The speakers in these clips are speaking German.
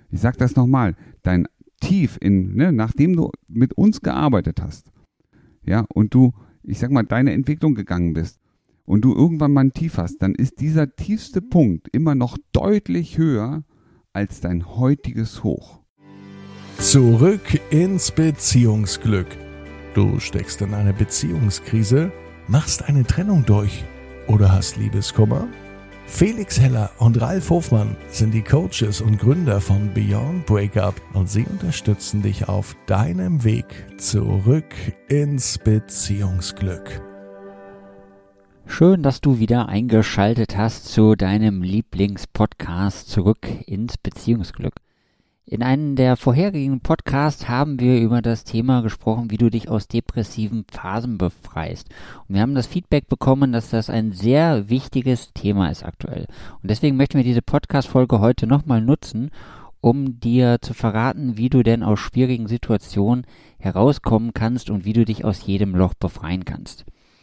Ich sage das nochmal, dein Tief, nachdem du mit uns gearbeitet hast, ja, und du, ich sag mal, deine Entwicklung gegangen bist und du irgendwann mal ein Tief hast, dann ist dieser tiefste Punkt immer noch deutlich höher als dein heutiges Hoch. Zurück ins Beziehungsglück. Du steckst in einer Beziehungskrise, machst eine Trennung durch oder hast Liebeskummer? Felix Heller und Ralf Hofmann sind die Coaches und Gründer von Beyond Breakup und sie unterstützen dich auf deinem Weg zurück ins Beziehungsglück. Schön, dass du wieder eingeschaltet hast zu deinem Lieblingspodcast Zurück ins Beziehungsglück. In einem der vorherigen Podcasts haben wir über das Thema gesprochen, wie du dich aus depressiven Phasen befreist. Und wir haben das Feedback bekommen, dass das ein sehr wichtiges Thema ist aktuell. Und deswegen möchten wir diese Podcast-Folge heute nochmal nutzen, um dir zu verraten, wie du denn aus schwierigen Situationen herauskommen kannst und wie du dich aus jedem Loch befreien kannst.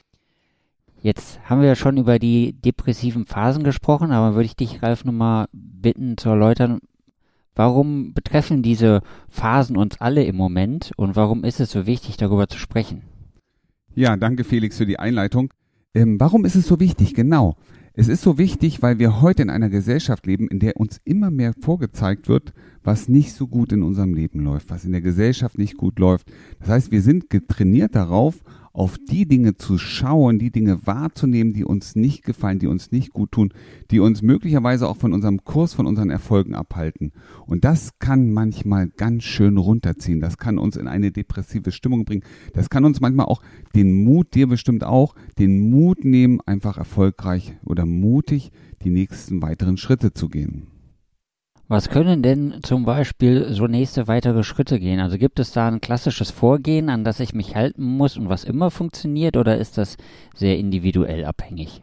Jetzt haben wir ja schon über die depressiven Phasen gesprochen, aber würde ich dich, Ralf, nochmal bitten zu erläutern, warum betreffen diese Phasen uns alle im Moment und warum ist es so wichtig, darüber zu sprechen? Ja, danke Felix für die Einleitung. Warum ist es so wichtig? Genau. Es ist so wichtig, weil wir heute in einer Gesellschaft leben, in der uns immer mehr vorgezeigt wird, was nicht so gut in unserem Leben läuft, was in der Gesellschaft nicht gut läuft. Das heißt, wir sind getrainiert darauf, auf die Dinge zu schauen, die Dinge wahrzunehmen, die uns nicht gefallen, die uns nicht gut tun, die uns möglicherweise auch von unserem Kurs, von unseren Erfolgen abhalten. Und das kann manchmal ganz schön runterziehen. Das kann uns in eine depressive Stimmung bringen. Das kann uns manchmal auch den Mut, dir bestimmt auch, den Mut nehmen, einfach erfolgreich oder mutig die nächsten weiteren Schritte zu gehen. Was können denn zum Beispiel so nächste weitere Schritte gehen? Also gibt es da ein klassisches Vorgehen, an das ich mich halten muss und was immer funktioniert, oder ist das sehr individuell abhängig?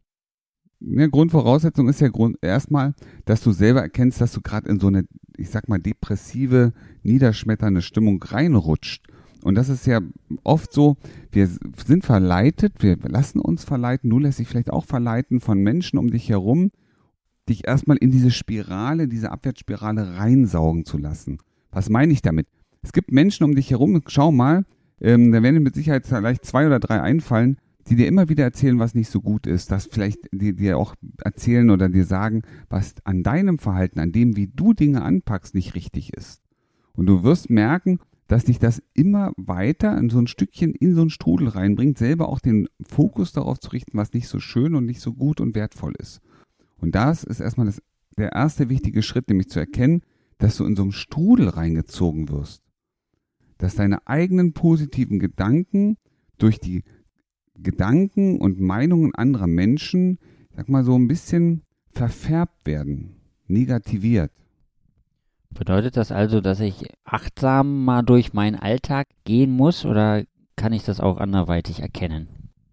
Eine Grundvoraussetzung ist ja erstmal, dass du selber erkennst, dass du gerade in so eine, ich sag mal, depressive, niederschmetternde Stimmung reinrutscht. Und das ist ja oft so, wir sind verleitet, wir lassen uns verleiten, du lässt dich vielleicht auch verleiten von Menschen um dich herum, dich erstmal in diese Spirale, diese Abwärtsspirale reinsaugen zu lassen. Was meine ich damit? Es gibt Menschen um dich herum, schau mal, da werden dir mit Sicherheit vielleicht 2 oder 3 einfallen, die dir immer wieder erzählen, was nicht so gut ist, dass vielleicht die dir auch erzählen oder dir sagen, was an deinem Verhalten, an dem, wie du Dinge anpackst, nicht richtig ist. Und du wirst merken, dass dich das immer weiter in so ein Stückchen in so einen Strudel reinbringt, selber auch den Fokus darauf zu richten, was nicht so schön und nicht so gut und wertvoll ist. Und das ist erstmal der erste wichtige Schritt, nämlich zu erkennen, dass du in so einem Strudel reingezogen wirst. Dass deine eigenen positiven Gedanken durch die Gedanken und Meinungen anderer Menschen, sag mal so ein bisschen verfärbt werden, negativiert. Bedeutet das also, dass ich achtsam mal durch meinen Alltag gehen muss oder kann ich das auch anderweitig erkennen?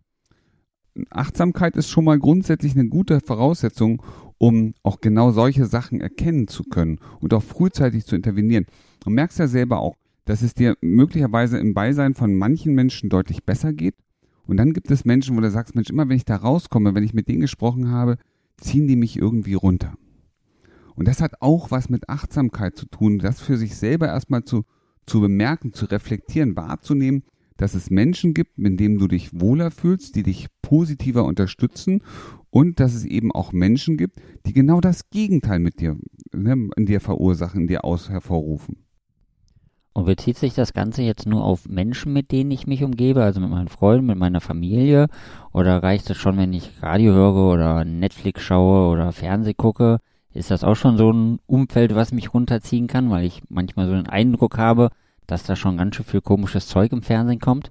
Achtsamkeit ist schon mal grundsätzlich eine gute Voraussetzung, um auch genau solche Sachen erkennen zu können und auch frühzeitig zu intervenieren. Du merkst ja selber auch, dass es dir möglicherweise im Beisein von manchen Menschen deutlich besser geht. Und dann gibt es Menschen, wo du sagst, Mensch, immer wenn ich da rauskomme, wenn ich mit denen gesprochen habe, ziehen die mich irgendwie runter. Und das hat auch was mit Achtsamkeit zu tun, das für sich selber erstmal zu bemerken, zu reflektieren, wahrzunehmen, dass es Menschen gibt, mit denen du dich wohler fühlst, die dich positiver unterstützen und dass es eben auch Menschen gibt, die genau das Gegenteil mit dir, in dir verursachen, in dir hervorrufen. Und bezieht sich das Ganze jetzt nur auf Menschen, mit denen ich mich umgebe, also mit meinen Freunden, mit meiner Familie? Oder reicht es schon, wenn ich Radio höre oder Netflix schaue oder Fernseh gucke? Ist das auch schon so ein Umfeld, was mich runterziehen kann, weil ich manchmal so den Eindruck habe, dass da schon ganz schön viel komisches Zeug im Fernsehen kommt?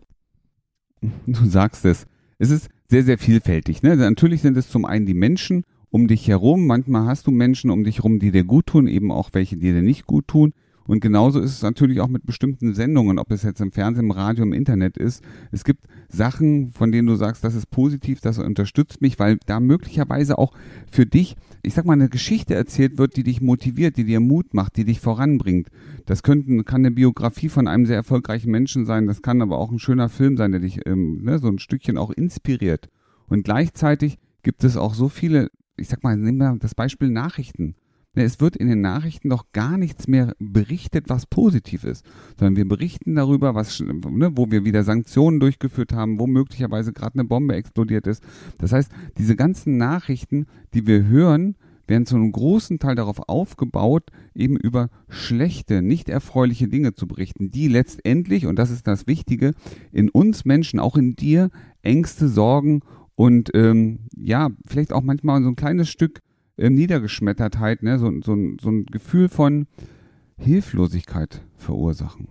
Du sagst es. Es ist sehr, sehr vielfältig. Ne? Natürlich sind es zum einen die Menschen um dich herum. Manchmal hast du Menschen um dich herum, die dir gut tun, eben auch welche, die dir nicht gut tun. Und genauso ist es natürlich auch mit bestimmten Sendungen, ob es jetzt im Fernsehen, im Radio, im Internet ist. Es gibt Sachen, von denen du sagst, das ist positiv, das unterstützt mich, weil da möglicherweise auch für dich, ich sag mal, eine Geschichte erzählt wird, die dich motiviert, die dir Mut macht, die dich voranbringt. Das kann eine Biografie von einem sehr erfolgreichen Menschen sein, das kann aber auch ein schöner Film sein, der dich so ein Stückchen auch inspiriert. Und gleichzeitig gibt es auch so viele, ich sag mal, nehmen wir das Beispiel Nachrichten. Es wird in den Nachrichten doch gar nichts mehr berichtet, was positiv ist, sondern wir berichten darüber, wo wir wieder Sanktionen durchgeführt haben, wo möglicherweise gerade eine Bombe explodiert ist. Das heißt, diese ganzen Nachrichten, die wir hören, werden zu einem großen Teil darauf aufgebaut, eben über schlechte, nicht erfreuliche Dinge zu berichten, die letztendlich, und das ist das Wichtige, in uns Menschen, auch in dir, Ängste, Sorgen und vielleicht auch manchmal so ein kleines Stück Niedergeschmettertheit, ne, so ein Gefühl von Hilflosigkeit verursachen.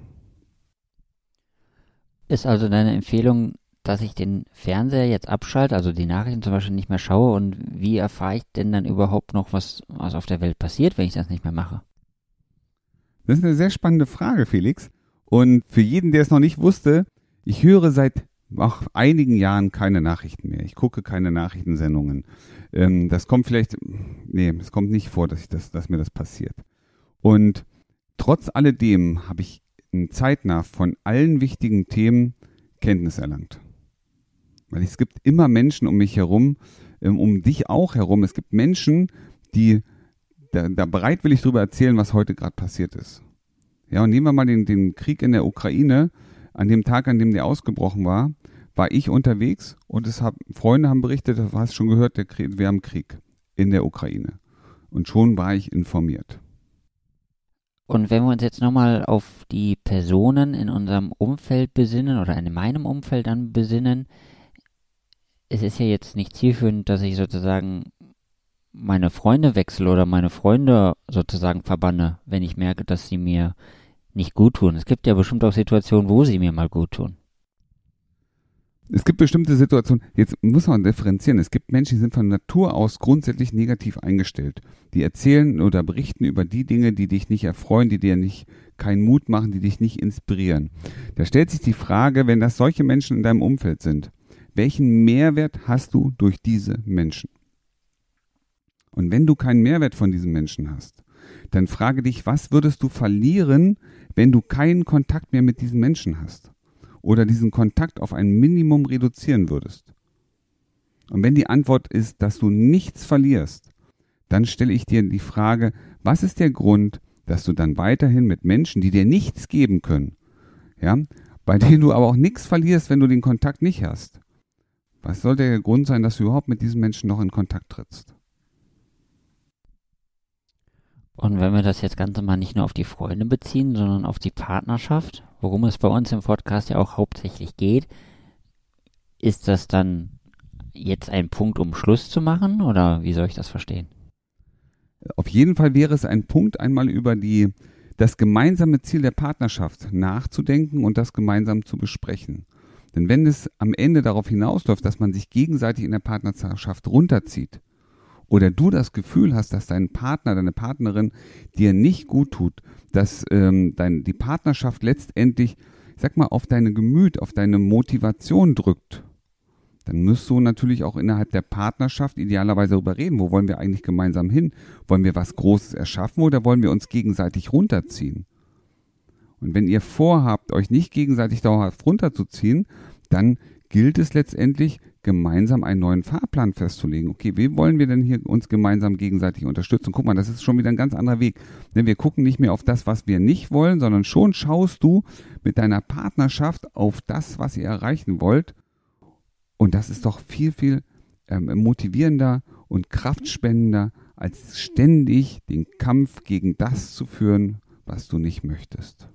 Ist also deine Empfehlung, dass ich den Fernseher jetzt abschalte, also die Nachrichten zum Beispiel nicht mehr schaue, und wie erfahre ich denn dann überhaupt noch, was auf der Welt passiert, wenn ich das nicht mehr mache? Das ist eine sehr spannende Frage, Felix. Und für jeden, der es noch nicht wusste, ich höre seit einigen Jahren keine Nachrichten mehr. Ich gucke keine Nachrichtensendungen. Es kommt nicht vor, dass mir das passiert. Und trotz alledem habe ich zeitnah von allen wichtigen Themen Kenntnis erlangt. Weil es gibt immer Menschen um mich herum, um dich auch herum. Es gibt Menschen, die da bereitwillig darüber erzählen, was heute gerade passiert ist. Ja, und nehmen wir mal den Krieg in der Ukraine. An dem Tag, an dem der ausgebrochen war ich unterwegs und Freunde haben berichtet, du hast schon gehört, wir haben Krieg in der Ukraine. Und schon war ich informiert. Und wenn wir uns jetzt nochmal auf die Personen in unserem Umfeld besinnen oder in meinem Umfeld dann besinnen, es ist ja jetzt nicht zielführend, dass ich sozusagen meine Freunde wechsle oder meine Freunde sozusagen verbanne, wenn ich merke, dass sie mir nicht gut tun. Es gibt ja bestimmt auch Situationen, wo sie mir mal gut tun. Es gibt bestimmte Situationen, jetzt muss man differenzieren, es gibt Menschen, die sind von Natur aus grundsätzlich negativ eingestellt. Die erzählen oder berichten über die Dinge, die dich nicht erfreuen, die dir keinen Mut machen, die dich nicht inspirieren. Da stellt sich die Frage, wenn das solche Menschen in deinem Umfeld sind, welchen Mehrwert hast du durch diese Menschen? Und wenn du keinen Mehrwert von diesen Menschen hast, dann frage dich, was würdest du verlieren, wenn du keinen Kontakt mehr mit diesen Menschen hast? Oder diesen Kontakt auf ein Minimum reduzieren würdest? Und wenn die Antwort ist, dass du nichts verlierst, dann stelle ich dir die Frage, was ist der Grund, dass du dann weiterhin mit Menschen, die dir nichts geben können, ja, bei denen du aber auch nichts verlierst, wenn du den Kontakt nicht hast? Was soll der Grund sein, dass du überhaupt mit diesen Menschen noch in Kontakt trittst? Und wenn wir das jetzt Ganze mal nicht nur auf die Freunde beziehen, sondern auf die Partnerschaft, worum es bei uns im Podcast ja auch hauptsächlich geht, ist das dann jetzt ein Punkt, um Schluss zu machen, oder wie soll ich das verstehen? Auf jeden Fall wäre es ein Punkt, einmal über das gemeinsame Ziel der Partnerschaft nachzudenken und das gemeinsam zu besprechen. Denn wenn es am Ende darauf hinausläuft, dass man sich gegenseitig in der Partnerschaft runterzieht, oder du das Gefühl hast, dass dein Partner, deine Partnerin dir nicht gut tut, dass die Partnerschaft letztendlich, auf dein Gemüt, auf deine Motivation drückt, dann müsst du natürlich auch innerhalb der Partnerschaft idealerweise darüber reden, wo wollen wir eigentlich gemeinsam hin? Wollen wir was Großes erschaffen oder wollen wir uns gegenseitig runterziehen? Und wenn ihr vorhabt, euch nicht gegenseitig dauerhaft runterzuziehen, dann gilt es letztendlich, gemeinsam einen neuen Fahrplan festzulegen. Okay, wie wollen wir denn hier uns gemeinsam gegenseitig unterstützen? Guck mal, das ist schon wieder ein ganz anderer Weg. Denn wir gucken nicht mehr auf das, was wir nicht wollen, sondern schon schaust du mit deiner Partnerschaft auf das, was ihr erreichen wollt. Und das ist doch viel, viel motivierender und kraftspendender, als ständig den Kampf gegen das zu führen, was du nicht möchtest.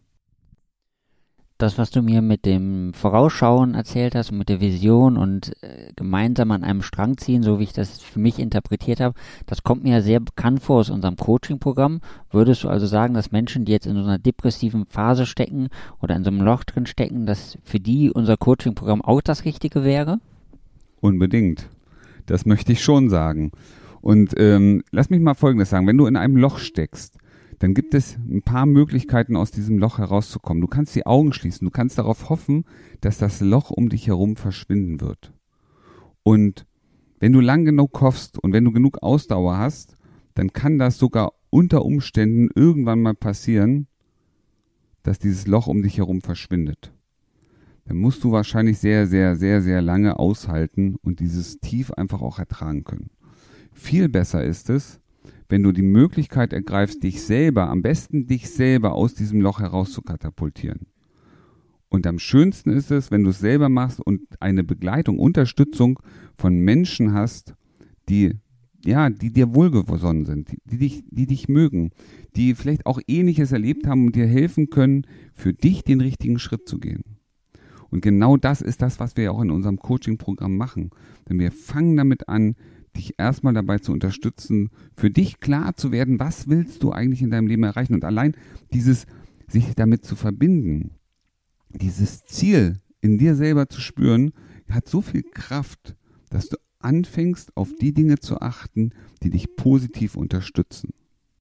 Das, was du mir mit dem Vorausschauen erzählt hast und mit der Vision und gemeinsam an einem Strang ziehen, so wie ich das für mich interpretiert habe, das kommt mir ja sehr bekannt vor aus unserem Coaching-Programm. Würdest du also sagen, dass Menschen, die jetzt in so einer depressiven Phase stecken oder in so einem Loch drin stecken, dass für die unser Coaching-Programm auch das Richtige wäre? Unbedingt. Das möchte ich schon sagen. Und lass mich mal Folgendes sagen. Wenn du in einem Loch steckst, dann gibt es ein paar Möglichkeiten, aus diesem Loch herauszukommen. Du kannst die Augen schließen, du kannst darauf hoffen, dass das Loch um dich herum verschwinden wird. Und wenn du lang genug hoffst und wenn du genug Ausdauer hast, dann kann das sogar unter Umständen irgendwann mal passieren, dass dieses Loch um dich herum verschwindet. Dann musst du wahrscheinlich sehr, sehr, sehr, sehr lange aushalten und dieses Tief einfach auch ertragen können. Viel besser ist es, wenn du die Möglichkeit ergreifst, am besten dich selber aus diesem Loch heraus zu katapultieren. Und am schönsten ist es, wenn du es selber machst und eine Begleitung, Unterstützung von Menschen hast, die dir wohlgesonnen sind, die dich mögen, die vielleicht auch Ähnliches erlebt haben und dir helfen können, für dich den richtigen Schritt zu gehen. Und genau das ist das, was wir ja auch in unserem Coaching-Programm machen. Denn wir fangen damit an, dich erstmal dabei zu unterstützen, für dich klar zu werden, was willst du eigentlich in deinem Leben erreichen. Und allein sich damit zu verbinden, dieses Ziel in dir selber zu spüren, hat so viel Kraft, dass du anfängst, auf die Dinge zu achten, die dich positiv unterstützen.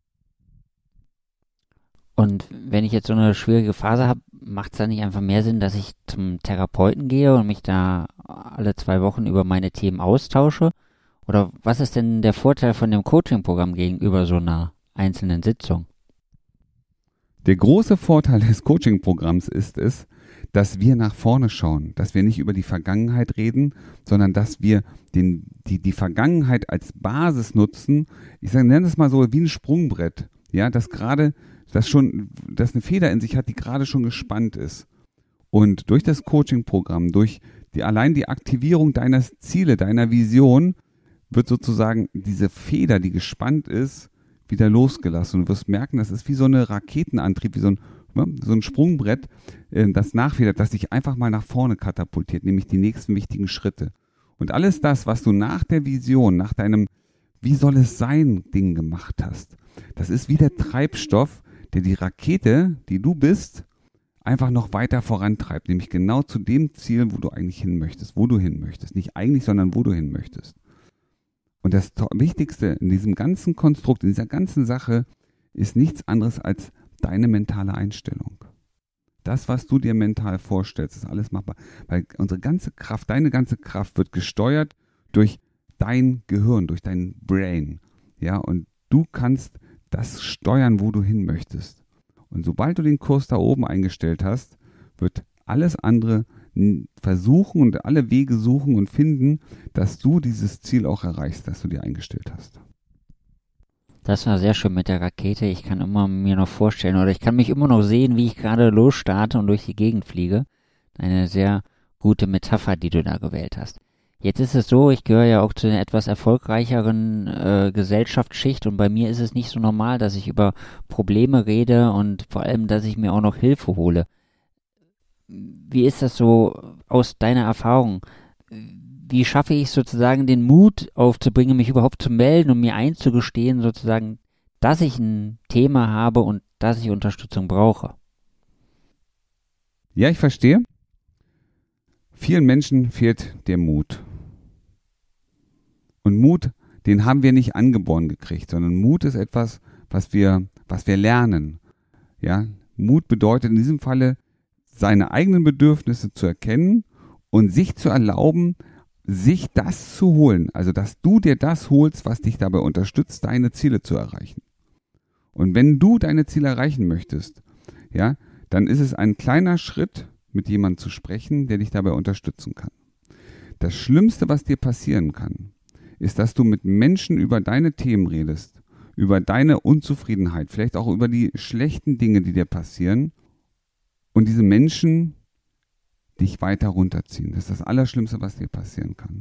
Und wenn ich jetzt so eine schwierige Phase habe, macht es dann nicht einfach mehr Sinn, dass ich zum Therapeuten gehe und mich da alle 2 Wochen über meine Themen austausche? Oder was ist denn der Vorteil von dem Coaching-Programm gegenüber so einer einzelnen Sitzung? Der große Vorteil des Coaching-Programms ist es, dass wir nach vorne schauen, dass wir nicht über die Vergangenheit reden, sondern dass wir die Vergangenheit als Basis nutzen. Ich nenne es mal so wie ein Sprungbrett, ja, das eine Feder in sich hat, die gerade schon gespannt ist. Und durch das Coaching-Programm, durch allein die Aktivierung deiner Ziele, deiner Vision, wird sozusagen diese Feder, die gespannt ist, wieder losgelassen. Und du wirst merken, das ist wie so eine Raketenantrieb, wie so ein Sprungbrett, das nachfedert, das dich einfach mal nach vorne katapultiert, nämlich die nächsten wichtigen Schritte. Und alles das, was du nach der Vision, nach deinem Wie soll es sein Ding gemacht hast, das ist wie der Treibstoff, der die Rakete, die du bist, einfach noch weiter vorantreibt, nämlich genau zu dem Ziel, wo du eigentlich hin möchtest, Nicht eigentlich, sondern wo du hin möchtest. Und das Wichtigste in diesem ganzen Konstrukt, in dieser ganzen Sache, ist nichts anderes als deine mentale Einstellung. Das, was du dir mental vorstellst, ist alles machbar. Weil unsere ganze Kraft, deine ganze Kraft wird gesteuert durch dein Gehirn, durch dein Brain. Ja, und du kannst das steuern, wo du hin möchtest. Und sobald du den Kurs da oben eingestellt hast, wird alles andere versuchen und alle Wege suchen und finden, dass du dieses Ziel auch erreichst, das du dir eingestellt hast. Das war sehr schön mit der Rakete. Ich kann mir noch vorstellen, oder ich kann mich immer noch sehen, wie ich gerade losstarte und durch die Gegend fliege. Eine sehr gute Metapher, die du da gewählt hast. Jetzt ist es so, ich gehöre ja auch zu einer etwas erfolgreicheren Gesellschaftsschicht und bei mir ist es nicht so normal, dass ich über Probleme rede und vor allem, dass ich mir auch noch Hilfe hole. Wie ist das so aus deiner Erfahrung? Wie schaffe ich sozusagen den Mut aufzubringen, mich überhaupt zu melden und mir einzugestehen, sozusagen, dass ich ein Thema habe und dass ich Unterstützung brauche? Ja, ich verstehe. Vielen Menschen fehlt der Mut. Und Mut, den haben wir nicht angeboren gekriegt, sondern Mut ist etwas, was wir lernen. Ja, Mut bedeutet in diesem Falle, seine eigenen Bedürfnisse zu erkennen und sich zu erlauben, sich das zu holen. Also, dass du dir das holst, was dich dabei unterstützt, deine Ziele zu erreichen. Und wenn du deine Ziele erreichen möchtest, ja, dann ist es ein kleiner Schritt, mit jemandem zu sprechen, der dich dabei unterstützen kann. Das Schlimmste, was dir passieren kann, ist, dass du mit Menschen über deine Themen redest, über deine Unzufriedenheit, vielleicht auch über die schlechten Dinge, die dir passieren, und diese Menschen dich weiter runterziehen. Das ist das Allerschlimmste, was dir passieren kann.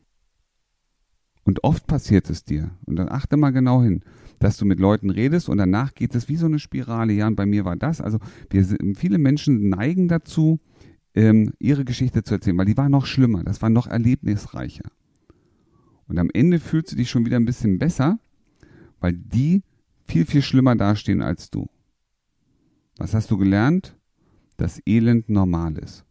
Und oft passiert es dir, und dann achte mal genau hin, dass du mit Leuten redest und danach geht es wie so eine Spirale. Ja, und bei mir war das. Also viele Menschen neigen dazu, ihre Geschichte zu erzählen, weil die war noch schlimmer, das war noch erlebnisreicher. Und am Ende fühlst du dich schon wieder ein bisschen besser, weil die viel, viel schlimmer dastehen als du. Was hast du gelernt? Dass Elend normal ist.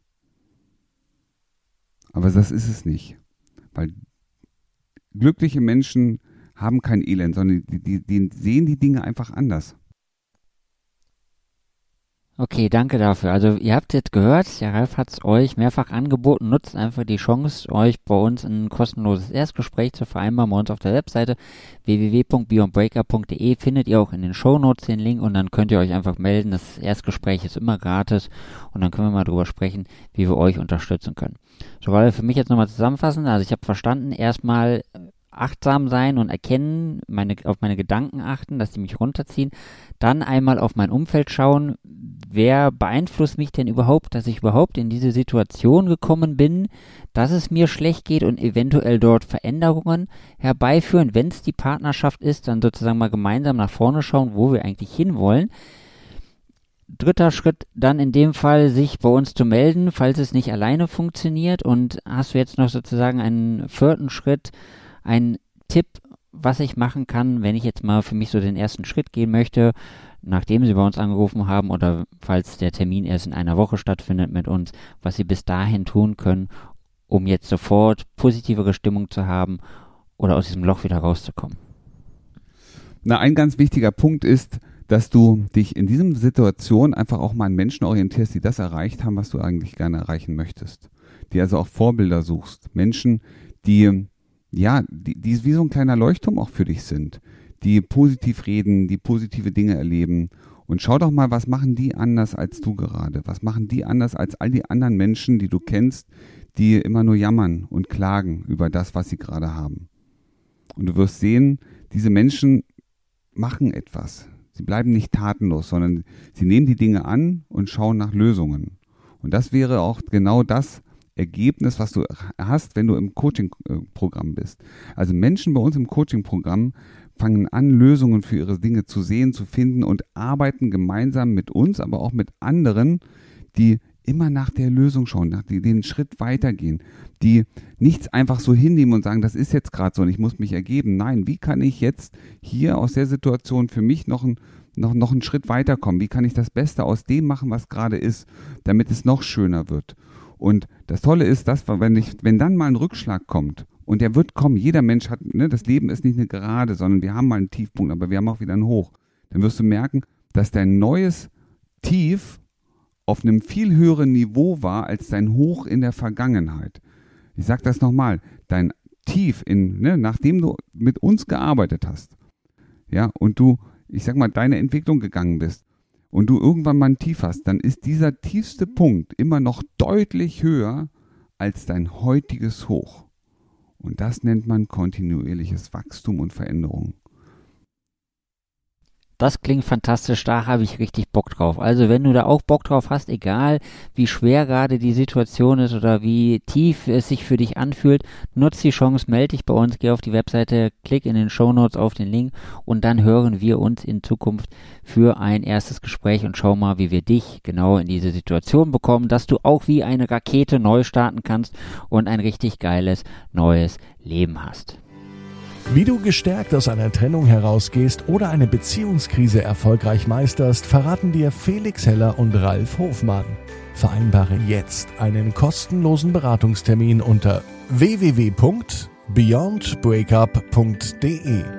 Aber das ist es nicht. Weil glückliche Menschen haben kein Elend, sondern die sehen die Dinge einfach anders. Okay, danke dafür. Also ihr habt jetzt gehört, der Ralf hat es euch mehrfach angeboten, nutzt einfach die Chance, euch bei uns ein kostenloses Erstgespräch zu vereinbaren. Bei uns auf der Webseite www.beyondbreaker.de findet ihr auch in den Shownotes den Link und dann könnt ihr euch einfach melden. Das Erstgespräch ist immer gratis und dann können wir mal drüber sprechen, wie wir euch unterstützen können. So, Ralf, für mich jetzt nochmal zusammenfassen. Also ich habe verstanden, erstmal achtsam sein und erkennen, auf meine Gedanken achten, dass die mich runterziehen. Dann einmal auf mein Umfeld schauen, wer beeinflusst mich denn überhaupt, dass ich überhaupt in diese Situation gekommen bin, dass es mir schlecht geht und eventuell dort Veränderungen herbeiführen. Wenn es die Partnerschaft ist, dann sozusagen mal gemeinsam nach vorne schauen, wo wir eigentlich hinwollen. 3. Schritt dann in dem Fall, sich bei uns zu melden, falls es nicht alleine funktioniert. Und hast du jetzt noch sozusagen einen 4. Schritt, einen Tipp, was ich machen kann, wenn ich jetzt mal für mich so den ersten Schritt gehen möchte, nachdem Sie bei uns angerufen haben oder falls der Termin erst in einer Woche stattfindet mit uns, was Sie bis dahin tun können, um jetzt sofort positivere Stimmung zu haben oder aus diesem Loch wieder rauszukommen? Na, ein ganz wichtiger Punkt ist, dass du dich in dieser Situation einfach auch mal an Menschen orientierst, die das erreicht haben, was du eigentlich gerne erreichen möchtest. Die also auch Vorbilder suchst. Menschen, die wie so ein kleiner Leuchtturm auch für dich sind. Die positiv reden, die positive Dinge erleben. Und schau doch mal, was machen die anders als du gerade? Was machen die anders als all die anderen Menschen, die du kennst, die immer nur jammern und klagen über das, was sie gerade haben? Und du wirst sehen, diese Menschen machen etwas. Sie bleiben nicht tatenlos, sondern sie nehmen die Dinge an und schauen nach Lösungen. Und das wäre auch genau das Ergebnis, was du hast, wenn du im Coaching-Programm bist. Also Menschen bei uns im Coaching-Programm fangen an, Lösungen für ihre Dinge zu sehen, zu finden und arbeiten gemeinsam mit uns, aber auch mit anderen, die immer nach der Lösung schauen, die den Schritt weitergehen, die nichts einfach so hinnehmen und sagen, das ist jetzt gerade so und ich muss mich ergeben. Nein, wie kann ich jetzt hier aus der Situation für mich noch einen Schritt weiterkommen? Wie kann ich das Beste aus dem machen, was gerade ist, damit es noch schöner wird? Und das Tolle ist, dass wenn dann mal ein Rückschlag kommt, und der wird kommen, jeder Mensch hat, das Leben ist nicht eine Gerade, sondern wir haben mal einen Tiefpunkt, aber wir haben auch wieder einen Hoch. Dann wirst du merken, dass dein neues Tief auf einem viel höheren Niveau war als dein Hoch in der Vergangenheit. Ich sage das nochmal, dein Tief, nachdem du mit uns gearbeitet hast, ja, und du, ich sag mal, deine Entwicklung gegangen bist und du irgendwann mal ein Tief hast, dann ist dieser tiefste Punkt immer noch deutlich höher als dein heutiges Hoch. Und das nennt man kontinuierliches Wachstum und Veränderung. Das klingt fantastisch, da habe ich richtig Bock drauf. Also wenn du da auch Bock drauf hast, egal wie schwer gerade die Situation ist oder wie tief es sich für dich anfühlt, nutz die Chance, melde dich bei uns, geh auf die Webseite, klick in den Shownotes auf den Link und dann hören wir uns in Zukunft für ein erstes Gespräch und schau mal, wie wir dich genau in diese Situation bekommen, dass du auch wie eine Rakete neu starten kannst und ein richtig geiles neues Leben hast. Wie du gestärkt aus einer Trennung herausgehst oder eine Beziehungskrise erfolgreich meisterst, verraten dir Felix Heller und Ralf Hofmann. Vereinbare jetzt einen kostenlosen Beratungstermin unter www.beyondbreakup.de.